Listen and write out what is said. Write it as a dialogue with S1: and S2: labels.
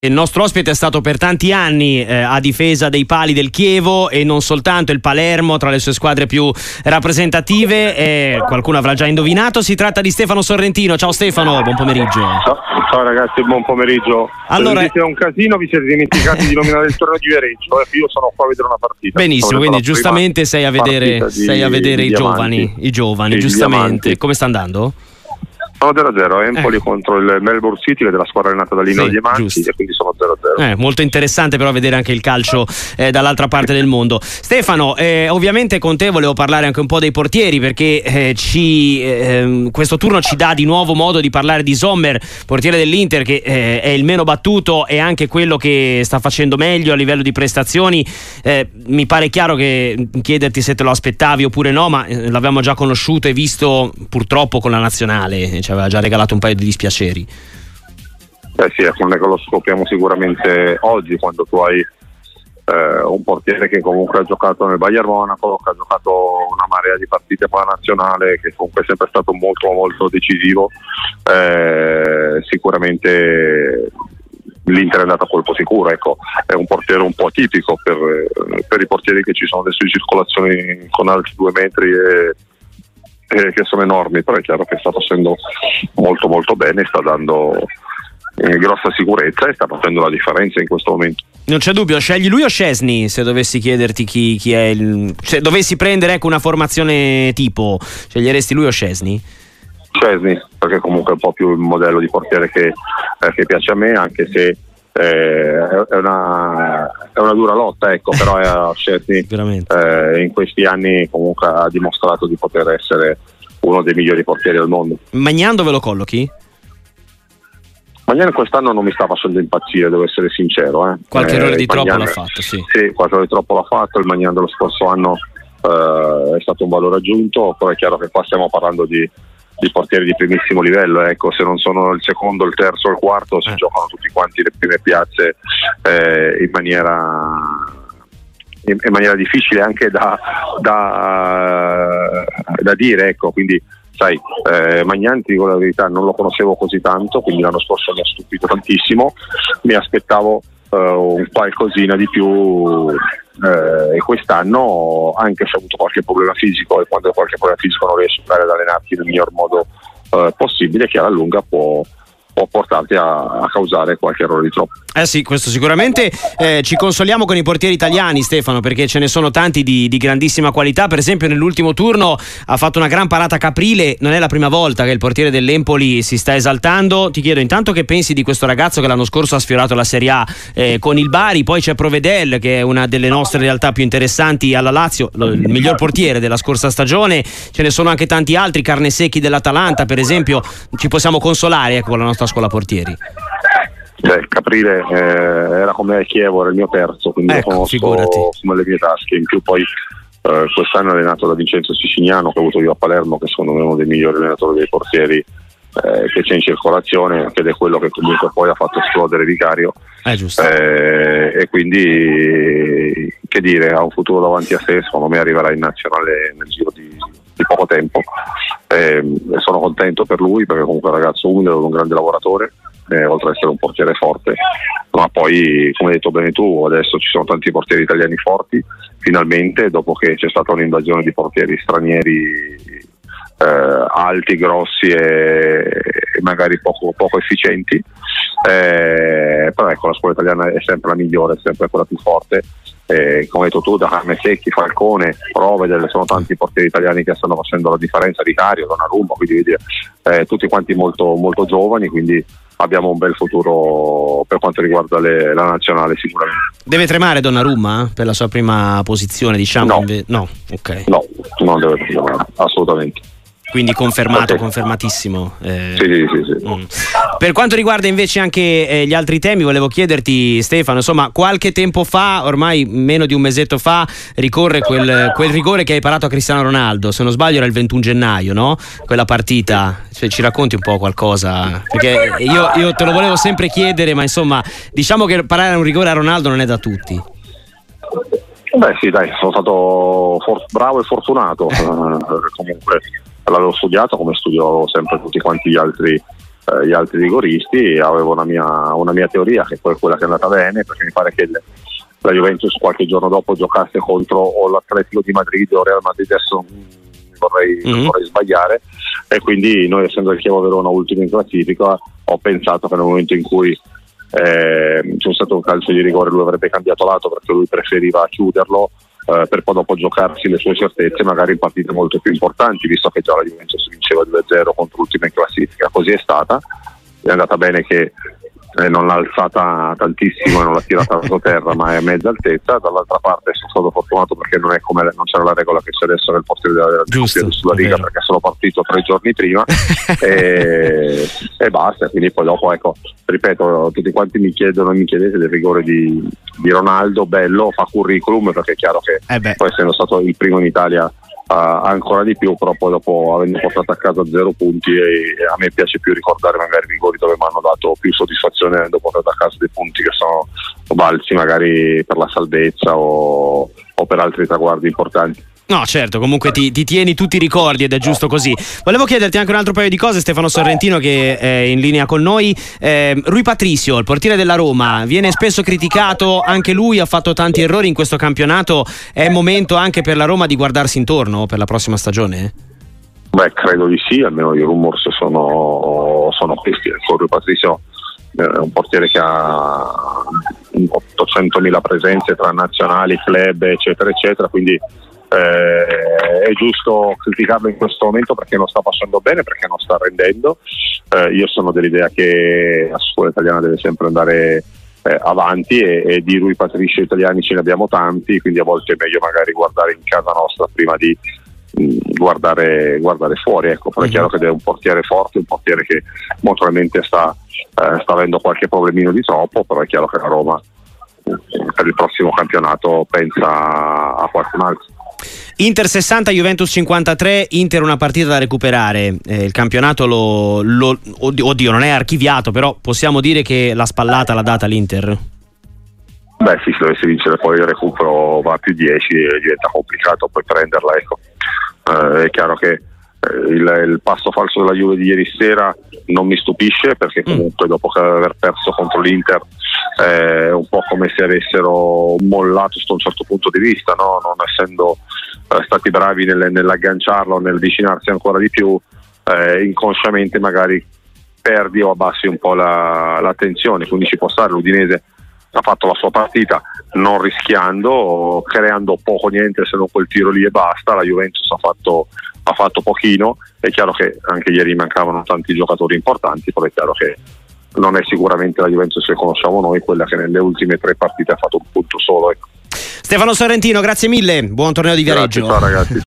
S1: Il nostro ospite è stato per tanti anni a difesa dei pali del Chievo e non soltanto, il Palermo tra le sue squadre più rappresentative, qualcuno avrà già indovinato, si tratta di Stefano Sorrentino. Ciao Stefano, buon pomeriggio.
S2: Ciao ragazzi, buon pomeriggio.
S1: Allora,
S2: è un casino, vi siete dimenticati di nominare il torneo di Viareggio, io sono qua a vedere una partita.
S1: Benissimo, quindi giustamente sei a vedere i giovani, giustamente. Come sta andando?
S2: Sono 0-0, Empoli contro il Melbourne City, della squadra allenata da Lino Diamanti, e quindi sono 0-0.
S1: Molto interessante però vedere anche il calcio dall'altra parte del mondo. Stefano, ovviamente con te volevo parlare anche un po' dei portieri, perché questo turno ci dà di nuovo modo di parlare di Sommer, portiere dell'Inter, che è il meno battuto e anche quello che sta facendo meglio a livello di prestazioni. Mi pare chiaro che chiederti se te lo aspettavi oppure no, ma l'abbiamo già conosciuto e visto purtroppo con la nazionale, ci aveva già regalato un paio di dispiaceri.
S2: Sì, non è che lo scopriamo sicuramente oggi, quando tu hai un portiere che comunque ha giocato nel Bayern Monaco, che ha giocato una marea di partite con la nazionale, che comunque è sempre stato molto molto decisivo. Sicuramente l'Inter è andata a colpo sicuro, ecco. È un portiere un po' atipico per i portieri che ci sono adesso in circolazione, con altri 2 metri che sono enormi, però è chiaro che sta facendo molto molto bene, sta dando grossa sicurezza e sta facendo la differenza in questo momento.
S1: Non c'è dubbio. Scegli lui o Szczesny, se dovessi chiederti chi è se dovessi prendere una formazione tipo, sceglieresti lui o Szczesny?
S2: Szczesny, perché comunque è un po' più il modello di portiere che piace a me, anche se è una dura lotta, ecco, però Szczesny in questi anni comunque ha dimostrato di poter essere uno dei migliori portieri del mondo.
S1: Magnan dove lo collochi?
S2: Magnan quest'anno non mi sta facendo impazzire, devo essere sincero.
S1: Qualche errore di troppo l'ha fatto, sì.
S2: Sì, qualche errore di troppo l'ha fatto. Il Magnan dello scorso anno è stato un valore aggiunto, però è chiaro che qua stiamo parlando di portieri di primissimo livello, ecco. Se non sono il secondo, il terzo o il quarto, si giocano tutti quanti le prime piazze in maniera difficile anche da dire, ecco. Quindi sai, Magnan, ti dico la verità, non lo conoscevo così tanto, quindi l'anno scorso mi ha stupito tantissimo, mi aspettavo un qualcosina di più, e quest'anno, anche se ha avuto qualche problema fisico, e quando qualche problema fisico non riesce ad allenarti nel miglior modo possibile, che alla lunga può portarti a causare qualche errore di troppo.
S1: Sì, questo sicuramente. Ci consoliamo con i portieri italiani, Stefano, perché ce ne sono tanti di grandissima qualità. Per esempio nell'ultimo turno ha fatto una gran parata Caprile, non è la prima volta che il portiere dell'Empoli si sta esaltando. Ti chiedo intanto che pensi di questo ragazzo che l'anno scorso ha sfiorato la Serie A con il Bari. Poi c'è Provedel, che è una delle nostre realtà più interessanti alla Lazio, il miglior portiere della scorsa stagione. Ce ne sono anche tanti altri, Carnesecchi dell'Atalanta per esempio. Ci possiamo consolare, ecco, con la nostra scuola portieri.
S2: Caprile era come il Chievo, era il mio terzo, quindi lo conosco come le mie tasche. In più poi quest'anno è allenato da Vincenzo Sicignano, che ho avuto io a Palermo, che secondo me è uno dei migliori allenatori dei portieri che c'è in circolazione, ed è quello che comunque poi ha fatto esplodere Vicario, e quindi, che dire, ha un futuro davanti a sé. Secondo me arriverà in nazionale nel giro di poco tempo, e sono contento per lui, perché comunque è un ragazzo umile, un grande lavoratore, oltre ad essere un portiere forte. Ma poi, come hai detto bene tu, adesso ci sono tanti portieri italiani forti, finalmente, dopo che c'è stata un'invasione di portieri stranieri alti, grossi e magari poco efficienti, però ecco, la scuola italiana è sempre la migliore, è sempre quella più forte. Come hai detto tu, da Carnesecchi, Falcone, Provedel, sono tanti portieri italiani che stanno facendo la differenza, Vicario, Donnarumma, quindi tutti quanti molto, molto giovani, quindi abbiamo un bel futuro per quanto riguarda la nazionale sicuramente.
S1: Deve tremare Donnarumma per la sua prima posizione, diciamo?
S2: No,
S1: ok.
S2: No, non deve tremare, assolutamente.
S1: Quindi confermato, confermatissimo.
S2: Sì.
S1: Per quanto riguarda invece anche gli altri temi, volevo chiederti, Stefano, insomma, qualche tempo fa, ormai meno di un mesetto fa, ricorre quel rigore che hai parato a Cristiano Ronaldo. Se non sbaglio era il 21 gennaio, no? Quella partita. Cioè, ci racconti un po' qualcosa? Perché io te lo volevo sempre chiedere, ma insomma, diciamo che parare un rigore a Ronaldo non è da tutti.
S2: Beh sì, dai, sono stato bravo e fortunato. Comunque l'avevo studiato, come studio sempre tutti quanti gli altri gli altri rigoristi. Avevo una mia teoria, che poi è quella che è andata bene, perché mi pare che la Juventus qualche giorno dopo giocasse contro o l'Atletico di Madrid o Real Madrid, adesso non vorrei sbagliare, e quindi noi, essendo il Chievo Verona ultimo in classifica, ho pensato che nel momento in cui c'è stato un calcio di rigore lui avrebbe cambiato lato, perché lui preferiva chiuderlo per poi dopo giocarsi le sue certezze magari in partite molto più importanti, visto che già la Juventus vinceva 2-0 contro l'ultima in classifica. Così è stata, è andata bene che non l'ha alzata tantissimo e non l'ha tirata verso terra, ma è a mezza altezza. Dall'altra parte sono stato fortunato perché non c'era la regola che c'è adesso nel portiere della sulla Liga, perché sono partito 3 giorni prima e basta. Quindi poi dopo, ecco, ripeto, tutti quanti mi chiedete del rigore di Ronaldo, bello, fa curriculum, perché è chiaro che poi, essendo stato il primo in Italia, ancora di più, però poi dopo, avendo portato a casa 0 punti, e a me piace più ricordare magari i rigori dove mi hanno dato più soddisfazione, avendo portato a casa dei punti che sono valsi magari per la salvezza o per altri traguardi importanti.
S1: No, certo, comunque ti tieni tutti i ricordi ed è giusto così. Volevo chiederti anche un altro paio di cose, Stefano Sorrentino, che è in linea con noi. Rui Patricio, il portiere della Roma, viene spesso criticato, anche lui ha fatto tanti errori in questo campionato. È momento anche per la Roma di guardarsi intorno per la prossima stagione?
S2: Beh, credo di sì, almeno i rumors sono questi. Rui Patricio è un portiere che ha 800.000 presenze tra nazionali, club, eccetera eccetera, quindi è giusto criticarlo in questo momento perché non sta facendo bene, perché non sta rendendo. Io sono dell'idea che la scuola italiana deve sempre andare avanti, e di Rui Patricio italiani ce ne abbiamo tanti, quindi a volte è meglio magari guardare in casa nostra prima di guardare fuori, ecco. Però è chiaro che è un portiere forte, un portiere che molto probabilmente sta avendo qualche problemino di troppo, però è chiaro che la Roma per il prossimo campionato pensa a qualcun altro.
S1: Inter 60, Juventus 53, Inter una partita da recuperare. Il campionato oddio, non è archiviato, però possiamo dire che la spallata l'ha data l'Inter?
S2: Beh sì, se dovesse vincere poi il recupero va a più 10 e diventa complicato poi prenderla, ecco. È chiaro che il passo falso della Juve di ieri sera non mi stupisce, perché comunque dopo aver perso contro l'Inter è un po' come se avessero mollato sotto un certo punto di vista, no? Non essendo stati bravi nell'agganciarlo, nel avvicinarsi ancora di più, inconsciamente magari perdi o abbassi un po' l'attenzione. Quindi ci può stare, l'Udinese ha fatto la sua partita non rischiando, creando poco niente se non quel tiro lì e basta. La Juventus ha fatto pochino. È chiaro che anche ieri mancavano tanti giocatori importanti, però è chiaro che non è sicuramente la Juventus che conosciamo noi, quella che nelle ultime 3 partite ha fatto un punto solo, ecco.
S1: Stefano Sorrentino, grazie mille, buon torneo di Viareggio.
S2: Grazie, ciao ragazzi.